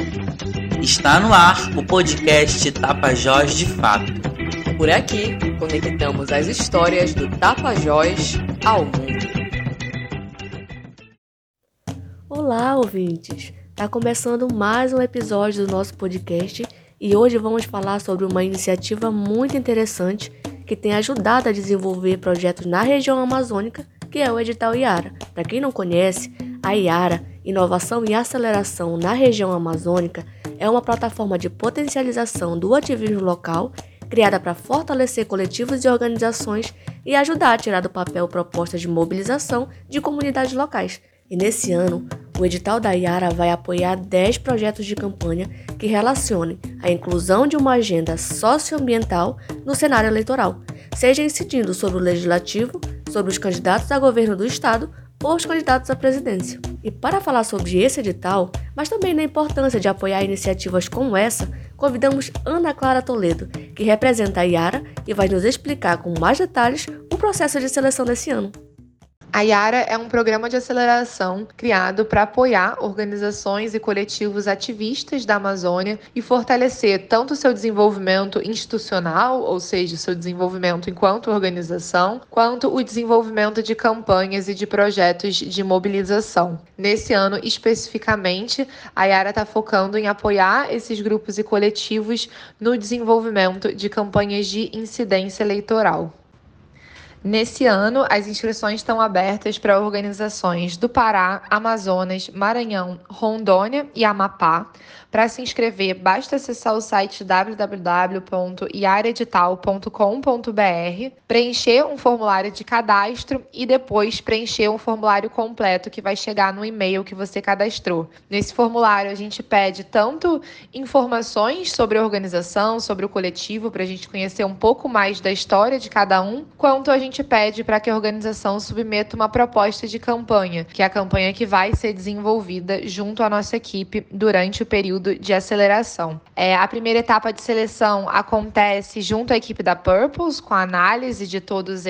Está no ar o podcast Tapajós de Fato. Por aqui, conectamos as histórias do Tapajós ao mundo. Olá, ouvintes! Está começando mais um episódio do nosso podcast e hoje vamos falar sobre uma iniciativa muito interessante que tem ajudado a desenvolver projetos na região amazônica, que é o edital Iara. Para quem não conhece, a Iara, Inovação e Aceleração na Região Amazônica, é uma plataforma de potencialização do ativismo local, criada para fortalecer coletivos e organizações e ajudar a tirar do papel propostas de mobilização de comunidades locais. E nesse ano, o edital da Iara vai apoiar 10 projetos de campanha que relacionem a inclusão de uma agenda socioambiental no cenário eleitoral, seja incidindo sobre o legislativo, sobre os candidatos a governo do estado ou os candidatos à presidência. E para falar sobre esse edital, mas também da importância de apoiar iniciativas como essa, convidamos Ana Clara Toledo, que representa a Iara e vai nos explicar com mais detalhes o processo de seleção desse ano. A Iara é um programa de aceleração criado para apoiar organizações e coletivos ativistas da Amazônia e fortalecer tanto o seu desenvolvimento institucional, ou seja, seu desenvolvimento enquanto organização, quanto o desenvolvimento de campanhas e de projetos de mobilização. Nesse ano, especificamente, a Iara está focando em apoiar esses grupos e coletivos no desenvolvimento de campanhas de incidência eleitoral. Nesse ano, as inscrições estão abertas para organizações do Pará, Amazonas, Maranhão, Rondônia e Amapá. Para se inscrever, basta acessar o site www.iaraedital.com.br, preencher um formulário de cadastro e depois preencher um formulário completo que vai chegar no e-mail que você cadastrou. Nesse formulário, a gente pede tanto informações sobre a organização, sobre o coletivo, para a gente conhecer um pouco mais da história de cada um, quanto a gente pede para que a organização submeta uma proposta de campanha, que é a campanha que vai ser desenvolvida junto à nossa equipe durante o período de aceleração. A primeira etapa de seleção acontece junto à equipe da Purpose, com a análise de todas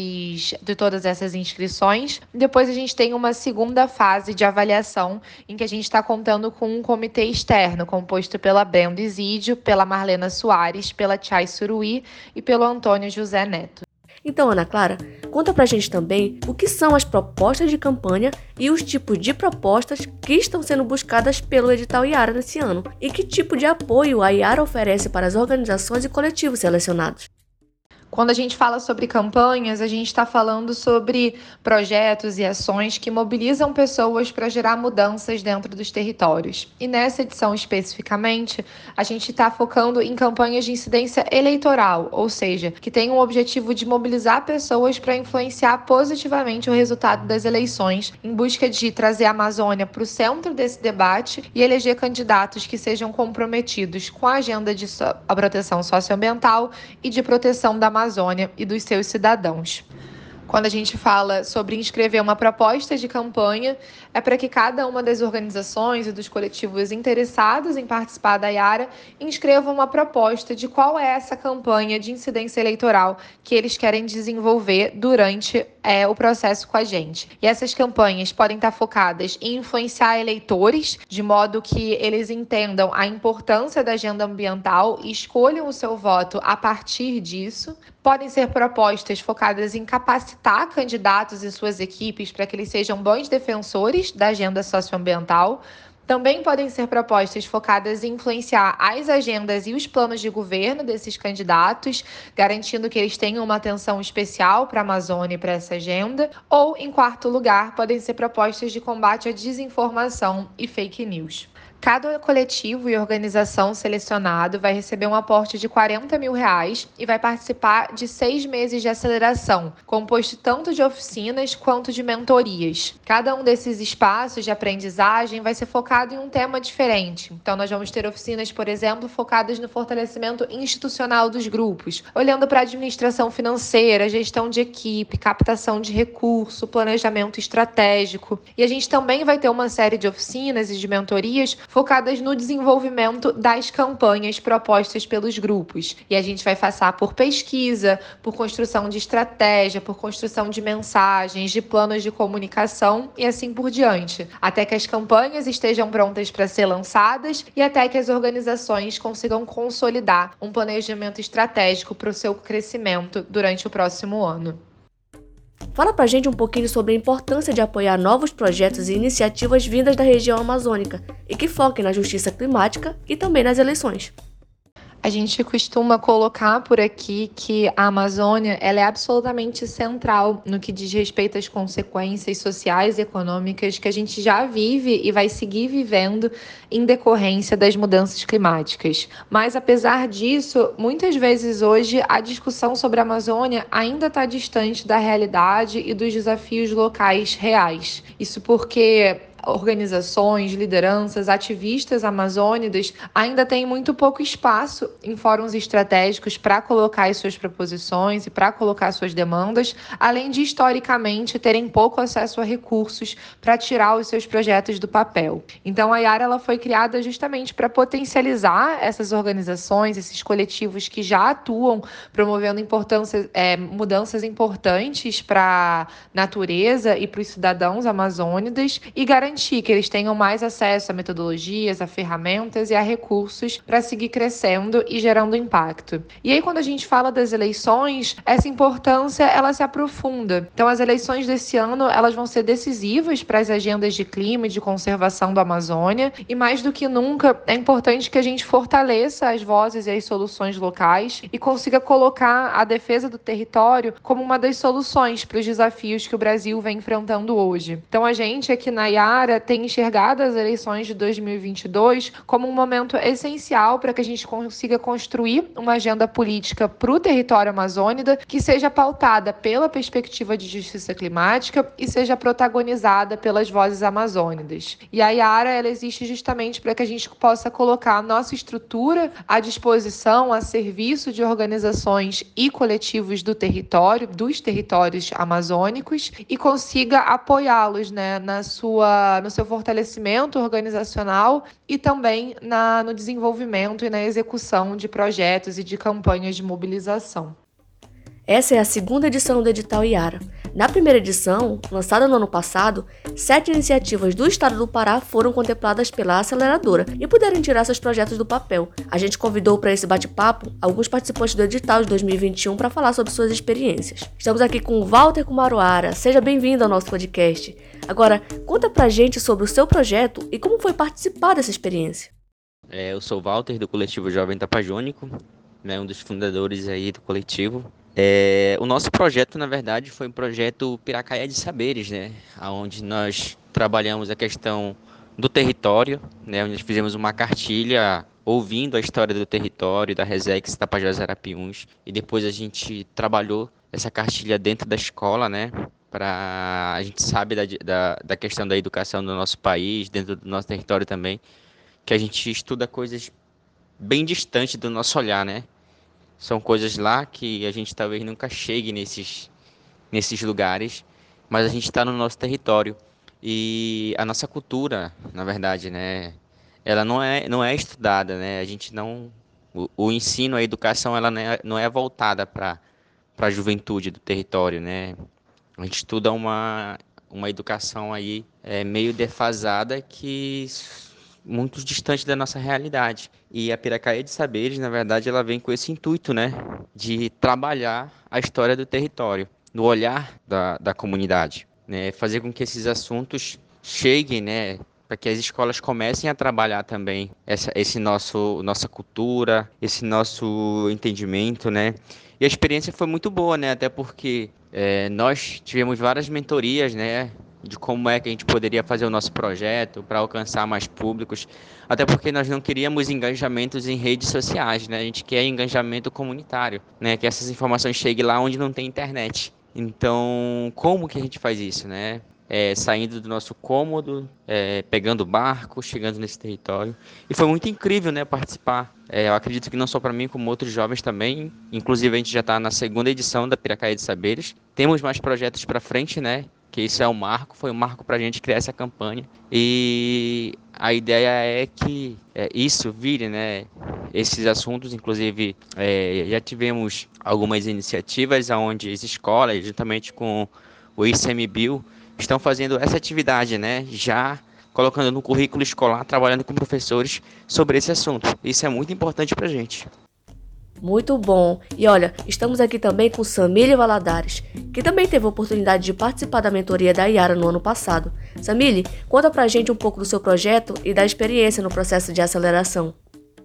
essas inscrições. Depois a gente tem uma segunda fase de avaliação, em que a gente está contando com um comitê externo, composto pela Brenda Isidio, pela Marlena Soares, pela Chay Suruí e pelo Antônio José Neto. Então, Ana Clara, conta pra gente também o que são as propostas de campanha e os tipos de propostas que estão sendo buscadas pelo edital Iara nesse ano e que tipo de apoio a Iara oferece para as organizações e coletivos selecionados. Quando a gente fala sobre campanhas, a gente está falando sobre projetos e ações que mobilizam pessoas para gerar mudanças dentro dos territórios. E nessa edição especificamente, a gente está focando em campanhas de incidência eleitoral, ou seja, que tem o objetivo de mobilizar pessoas para influenciar positivamente o resultado das eleições, em busca de trazer a Amazônia para o centro desse debate e eleger candidatos que sejam comprometidos com a agenda de proteção socioambiental e de proteção da Amazônia e dos seus cidadãos. Quando a gente fala sobre inscrever uma proposta de campanha, é para que cada uma das organizações e dos coletivos interessados em participar da Iara inscrevam uma proposta de qual é essa campanha de incidência eleitoral que eles querem desenvolver durante o processo com a gente. E essas campanhas podem estar focadas em influenciar eleitores, de modo que eles entendam a importância da agenda ambiental e escolham o seu voto a partir disso. Podem ser propostas focadas em capacitar candidatos e suas equipes para que eles sejam bons defensores da agenda socioambiental. Também podem ser propostas focadas em influenciar as agendas e os planos de governo desses candidatos, garantindo que eles tenham uma atenção especial para a Amazônia e para essa agenda. Ou, em quarto lugar, podem ser propostas de combate à desinformação e fake news. Cada coletivo e organização selecionado vai receber um aporte de R$40 mil e vai participar de 6 meses de aceleração, composto tanto de oficinas quanto de mentorias. Cada um desses espaços de aprendizagem vai ser focado em um tema diferente. Então, nós vamos ter oficinas, por exemplo, focadas no fortalecimento institucional dos grupos, olhando para a administração financeira, gestão de equipe, captação de recurso, planejamento estratégico. E a gente também vai ter uma série de oficinas e de mentorias focadas no desenvolvimento das campanhas propostas pelos grupos. E a gente vai passar por pesquisa, por construção de estratégia, por construção de mensagens, de planos de comunicação e assim por diante, até que as campanhas estejam prontas para ser lançadas e até que as organizações consigam consolidar um planejamento estratégico para o seu crescimento durante o próximo ano. Fala pra gente um pouquinho sobre a importância de apoiar novos projetos e iniciativas vindas da região amazônica e que foquem na justiça climática e também nas eleições. A gente costuma colocar por aqui que a Amazônia ela é absolutamente central no que diz respeito às consequências sociais e econômicas que a gente já vive e vai seguir vivendo em decorrência das mudanças climáticas. Mas, apesar disso, muitas vezes hoje a discussão sobre a Amazônia ainda está distante da realidade e dos desafios locais reais. Isso porque organizações, lideranças, ativistas amazônidas ainda têm muito pouco espaço em fóruns estratégicos para colocar as suas proposições e para colocar suas demandas, além de, historicamente, terem pouco acesso a recursos para tirar os seus projetos do papel. Então, a Yara ela foi criada justamente para potencializar essas organizações, esses coletivos que já atuam promovendo mudanças importantes para a natureza e para os cidadãos amazônidas e garantir que eles tenham mais acesso a metodologias, a ferramentas e a recursos para seguir crescendo e gerando impacto. E aí, quando a gente fala das eleições, essa importância ela se aprofunda. Então, as eleições desse ano elas vão ser decisivas para as agendas de clima e de conservação da Amazônia e, mais do que nunca, é importante que a gente fortaleça as vozes e as soluções locais e consiga colocar a defesa do território como uma das soluções para os desafios que o Brasil vem enfrentando hoje. Então, a gente aqui na IARA tem enxergado as eleições de 2022 como um momento essencial para que a gente consiga construir uma agenda política para o território amazônida que seja pautada pela perspectiva de justiça climática e seja protagonizada pelas vozes amazônidas. E a IARA ela existe justamente para que a gente possa colocar a nossa estrutura à disposição, a serviço de organizações e coletivos do território, dos territórios amazônicos e consiga apoiá-los, no seu fortalecimento organizacional e também no desenvolvimento e na execução de projetos e de campanhas de mobilização. Essa é a segunda edição do edital Yara. Na primeira edição, lançada no ano passado, 7 iniciativas do estado do Pará foram contempladas pela aceleradora e puderam tirar seus projetos do papel. A gente convidou para esse bate-papo alguns participantes do edital de 2021 para falar sobre suas experiências. Estamos aqui com o Walter Kumaroara. Seja bem-vindo ao nosso podcast. Agora, conta pra gente sobre o seu projeto e como foi participar dessa experiência. Eu sou o Walter, do coletivo Jovem Tapajônico, um dos fundadores aí do coletivo. O nosso projeto, na verdade, foi um projeto Piracaia de Saberes, onde nós trabalhamos a questão do território, onde nós fizemos uma cartilha ouvindo a história do território, da Resex Tapajós Arapiuns, e depois a gente trabalhou essa cartilha dentro da escola, a gente sabe da questão da educação do nosso país, dentro do nosso território também, que a gente estuda coisas bem distantes do nosso olhar, São coisas lá que a gente talvez nunca chegue nesses lugares, mas a gente está no nosso território. E a nossa cultura, na verdade, ela não é estudada, A gente não... O ensino, a educação, ela não é voltada para a juventude do território, A gente estuda uma educação aí meio defasada que muito distante da nossa realidade. E a Piracaia de Saberes, na verdade, ela vem com esse intuito, de trabalhar a história do território, no olhar da comunidade, fazer com que esses assuntos cheguem, para que as escolas comecem a trabalhar também nossa cultura, esse nosso entendimento, E a experiência foi muito boa, até porque nós tivemos várias mentorias, de como é que a gente poderia fazer o nosso projeto para alcançar mais públicos, até porque nós não queríamos engajamentos em redes sociais, A gente quer engajamento comunitário, Que essas informações cheguem lá onde não tem internet. Então, como que a gente faz isso, Saindo do nosso cômodo, pegando barco, chegando nesse território. E foi muito incrível, participar. Eu acredito que não só para mim, como outros jovens também. Inclusive, a gente já está na segunda edição da Piracaia de Saberes. Temos mais projetos para frente, que isso é um marco, foi um marco para a gente criar essa campanha. E a ideia é que isso vire, né, esses assuntos. Inclusive, já tivemos algumas iniciativas onde as escolas, juntamente com o ICMBio, estão fazendo essa atividade, né, já colocando no currículo escolar, trabalhando com professores sobre esse assunto. Isso é muito importante para a gente. Muito bom. E olha, estamos aqui também com Samília Valadares, que também teve a oportunidade de participar da mentoria da Yara no ano passado. Samília, conta pra gente um pouco do seu projeto e da experiência no processo de aceleração.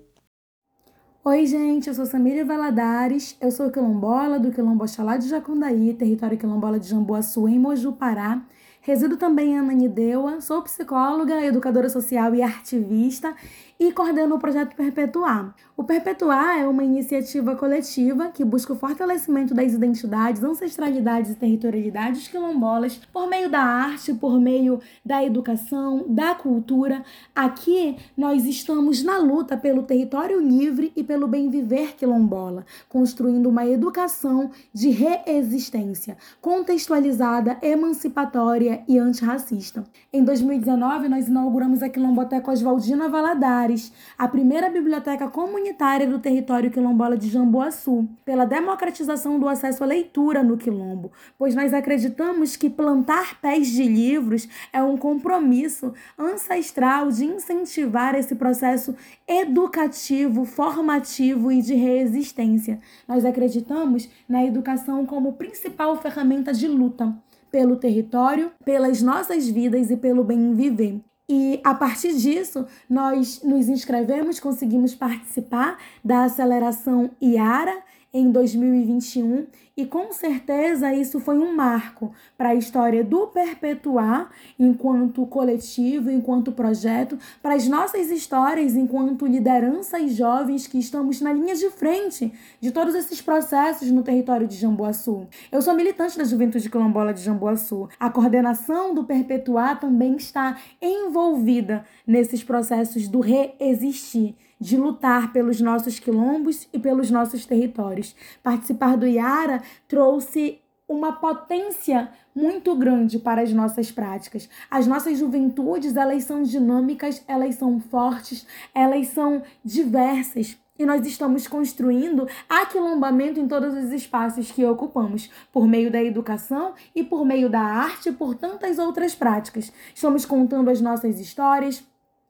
Oi, gente, eu sou Samília Valadares, eu sou quilombola do Quilombo Oxalá de Jacondaí, território quilombola de Jamboaçu, em Moju, Pará. Resido também em Ananindeua, sou psicóloga, educadora social e ativista e coordeno o projeto Perpetuar. O Perpetuar é uma iniciativa coletiva que busca o fortalecimento das identidades, ancestralidades e territorialidades quilombolas por meio da arte, por meio da educação, da cultura. Aqui nós estamos na luta pelo território livre e pelo bem viver quilombola, construindo uma educação de reexistência, contextualizada, emancipatória e antirracista. Em 2019, nós inauguramos a Quilomboteca Oswaldina Valadares, a primeira biblioteca comunitária do território quilombola de Jamboaçu, pela democratização do acesso à leitura no quilombo, pois nós acreditamos que plantar pés de livros é um compromisso ancestral de incentivar esse processo educativo, formativo e de reexistência. Nós acreditamos na educação como principal ferramenta de luta pelo território, pelas nossas vidas e pelo bem viver. E, a partir disso, nós nos inscrevemos, conseguimos participar da aceleração Yara em 2021 e, com certeza, isso foi um marco para a história do Perpetuar enquanto coletivo, enquanto projeto, para as nossas histórias enquanto lideranças jovens que estamos na linha de frente de todos esses processos no território de Jamboaçu. Eu sou militante da Juventude Quilombola de Jamboaçu. A coordenação do Perpetuar também está envolvida nesses processos do reexistir, de lutar pelos nossos quilombos e pelos nossos territórios. Participar do Yara trouxe uma potência muito grande para as nossas práticas. As nossas juventudes, elas são dinâmicas, elas são fortes, elas são diversas. E nós estamos construindo aquilombamento em todos os espaços que ocupamos, por meio da educação e por meio da arte e por tantas outras práticas. Estamos contando as nossas histórias,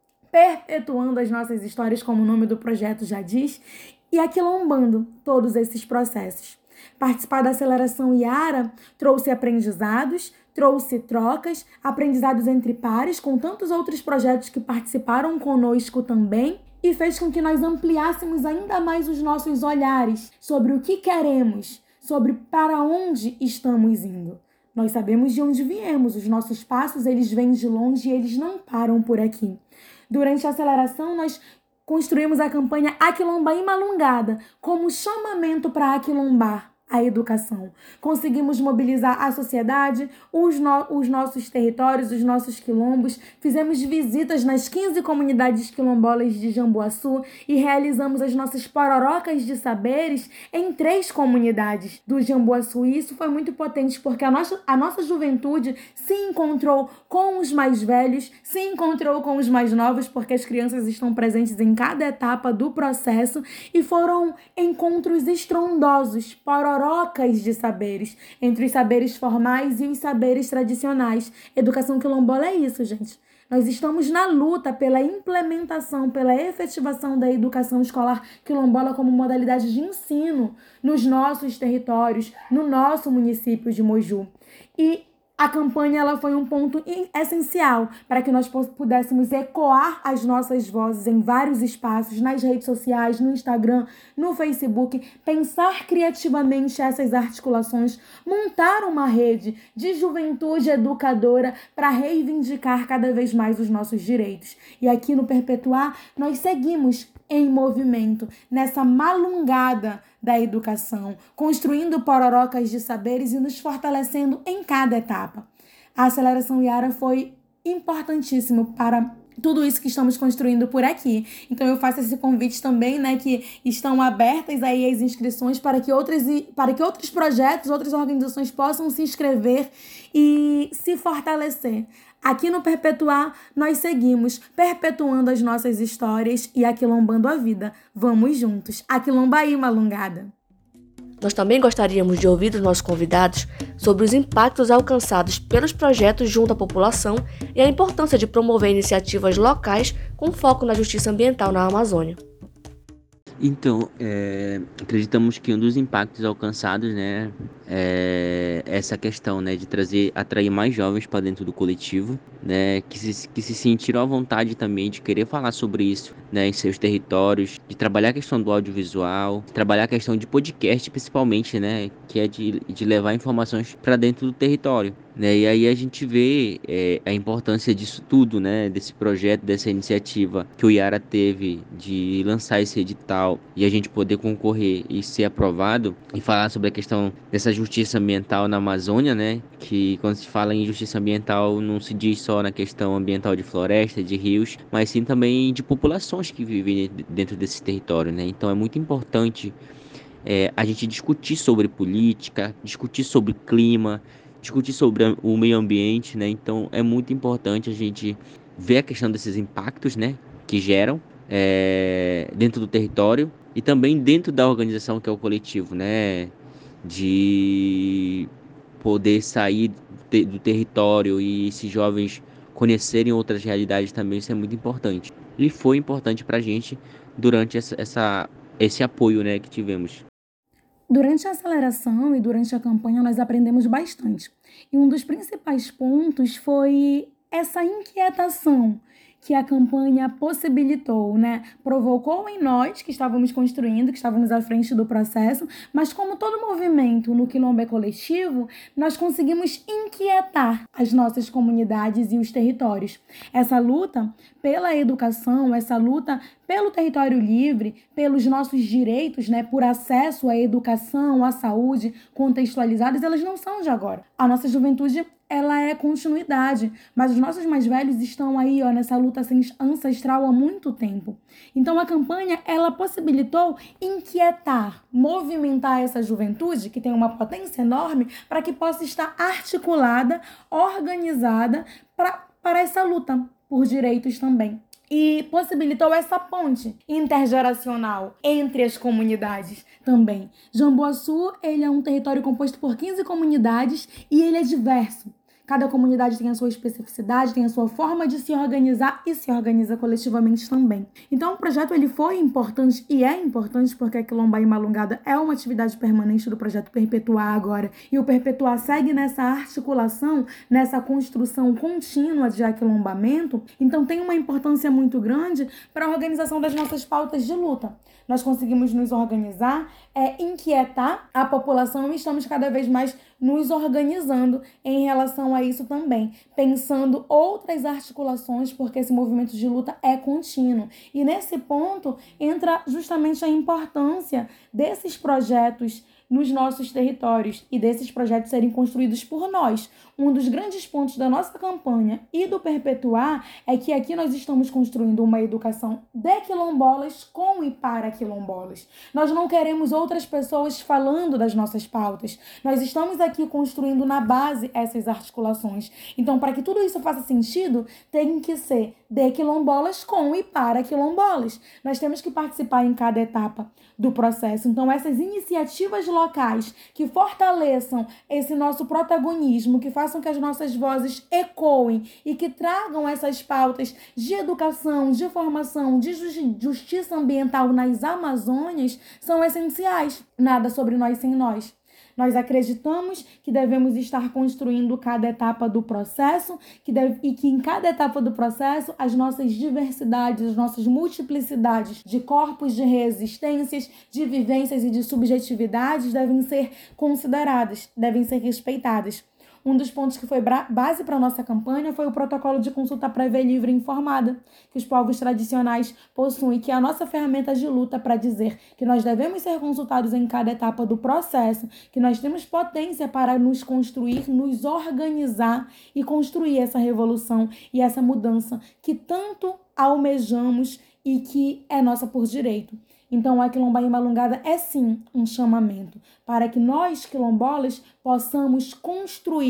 perpetuando as nossas histórias, como o nome do projeto já diz, e aquilombando todos esses processos. Participar da aceleração Yara trouxe aprendizados, trouxe trocas, aprendizados entre pares, com tantos outros projetos que participaram conosco também, e fez com que nós ampliássemos ainda mais os nossos olhares sobre o que queremos, sobre para onde estamos indo. Nós sabemos de onde viemos, os nossos passos eles vêm de longe e eles não param por aqui. Durante a aceleração, nós construímos a campanha Aquilomba Imalungada como chamamento para aquilombar a educação. Conseguimos mobilizar a sociedade, os nossos territórios, os nossos quilombos. Fizemos visitas nas 15 comunidades quilombolas de Jamboaçu e realizamos as nossas pororocas de saberes em 3 comunidades do Jamboaçu. E isso foi muito potente porque a nossa juventude se encontrou com os mais velhos, se encontrou com os mais novos, porque as crianças estão presentes em cada etapa do processo, e foram encontros estrondosos, pororocas de saberes, entre os saberes formais e os saberes tradicionais. Educação quilombola é isso, gente. Nós estamos na luta pela implementação, pela efetivação da educação escolar quilombola como modalidade de ensino nos nossos territórios, no nosso município de Moju. E a campanha ela foi um ponto essencial para que nós pudéssemos ecoar as nossas vozes em vários espaços, nas redes sociais, no Instagram, no Facebook, pensar criativamente essas articulações, montar uma rede de juventude educadora para reivindicar cada vez mais os nossos direitos. E aqui no Perpetuar, nós seguimos em movimento, nessa malungada da educação, construindo pororocas de saberes e nos fortalecendo em cada etapa. A aceleração Yara foi importantíssimo para tudo isso que estamos construindo por aqui. Então eu faço esse convite também, né, que estão abertas aí as inscrições para que outros projetos, outras organizações possam se inscrever e se fortalecer. Aqui no Perpetuar, nós seguimos perpetuando as nossas histórias e aquilombando a vida. Vamos juntos. Aquilombaí, Malungada! Nós também gostaríamos de ouvir dos nossos convidados sobre os impactos alcançados pelos projetos junto à população e a importância de promover iniciativas locais com foco na justiça ambiental na Amazônia. Então, acreditamos que um dos impactos alcançados, né, é essa questão, né, de atrair mais jovens para dentro do coletivo, né, que se sentiram à vontade também de querer falar sobre isso, né, em seus territórios, de trabalhar a questão do audiovisual, trabalhar a questão de podcast principalmente, né, que é de levar informações para dentro do território. Né, e aí a gente vê a importância disso tudo, né, desse projeto, dessa iniciativa que o Iara teve de lançar esse edital e a gente poder concorrer e ser aprovado e falar sobre a questão dessa justiça ambiental na Amazônia, né, que quando se fala em justiça ambiental não se diz só na questão ambiental de floresta, de rios, mas sim também de populações que vivem dentro desse território, né. Então é muito importante a gente discutir sobre política, discutir sobre clima, discutir sobre o meio ambiente, né? Então é muito importante a gente ver a questão desses impactos, né, que geram dentro do território e também dentro da organização que é o coletivo, né, de poder sair do território e esses jovens conhecerem outras realidades também, isso é muito importante. E foi importante para a gente durante esse apoio, né, que tivemos. Durante a aceleração e durante a campanha, nós aprendemos bastante. E um dos principais pontos foi essa inquietação que a campanha possibilitou, né? Provocou em nós, que estávamos construindo, que estávamos à frente do processo, mas como todo movimento no Quilombo é coletivo, nós conseguimos inquietar as nossas comunidades e os territórios. Essa luta pela educação, essa luta pelo território livre, pelos nossos direitos, né, por acesso à educação, à saúde, contextualizados, elas não são de agora. A nossa juventude, ela é continuidade, mas os nossos mais velhos estão aí, nessa luta ancestral há muito tempo. Então a campanha, ela possibilitou inquietar, movimentar essa juventude, que tem uma potência enorme, para que possa estar articulada, organizada para essa luta por direitos também. E possibilitou essa ponte intergeracional entre as comunidades também. Jamboaçu, ele é um território composto por 15 comunidades e ele é diverso. Cada comunidade tem a sua especificidade, tem a sua forma de se organizar e se organiza coletivamente também. Então o projeto ele foi importante e é importante porque a Quilombaí Malungada é uma atividade permanente do projeto Perpetuar agora. E o Perpetuar segue nessa articulação, nessa construção contínua de aquilombamento. Então tem uma importância muito grande para a organização das nossas pautas de luta. Nós conseguimos nos organizar, inquietar a população e estamos cada vez mais nos organizando em relação a isso também, pensando outras articulações, porque esse movimento de luta é contínuo. E nesse ponto entra justamente a importância desses projetos nos nossos territórios e desses projetos serem construídos por nós. Um dos grandes pontos da nossa campanha e do Perpetuar é que aqui nós estamos construindo uma educação de quilombolas com e para quilombolas. Nós não queremos outras pessoas falando das nossas pautas. Nós estamos aqui construindo na base essas articulações. Então, para que tudo isso faça sentido, tem que ser de quilombolas com e para quilombolas. Nós temos que participar em cada etapa do processo. Então, essas iniciativas locais que fortaleçam esse nosso protagonismo, que façam que as nossas vozes ecoem e que tragam essas pautas de educação, de formação, de justiça ambiental nas Amazônias, são essenciais. Nada sobre nós sem nós. Nós acreditamos que devemos estar construindo cada etapa do processo e que em cada etapa do processo as nossas diversidades, as nossas multiplicidades de corpos, de resistências, de vivências e de subjetividades devem ser consideradas, devem ser respeitadas. Um dos pontos que foi base para a nossa campanha foi o protocolo de consulta prévia livre e informada, que os povos tradicionais possuem, que é a nossa ferramenta de luta para dizer que nós devemos ser consultados em cada etapa do processo, que nós temos potência para nos construir, nos organizar e construir essa revolução e essa mudança que tanto almejamos e que é nossa por direito. Então, a Quilombaí Malungada é sim um chamamento para que nós, quilombolas, possamos construir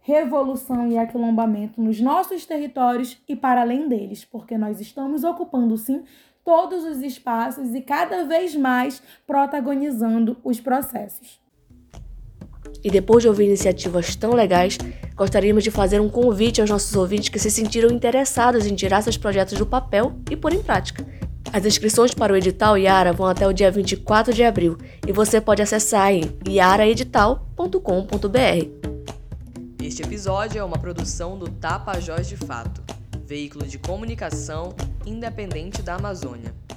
revolução e aquilombamento nos nossos territórios e para além deles, porque nós estamos ocupando, sim, todos os espaços e cada vez mais protagonizando os processos. E depois de ouvir iniciativas tão legais, gostaríamos de fazer um convite aos nossos ouvintes que se sentiram interessados em tirar seus projetos do papel e pôr em prática. As inscrições para o edital Iara vão até o dia 24 de abril e você pode acessar em iaraedital.com.br. Este episódio é uma produção do Tapajós de Fato, veículo de comunicação independente da Amazônia.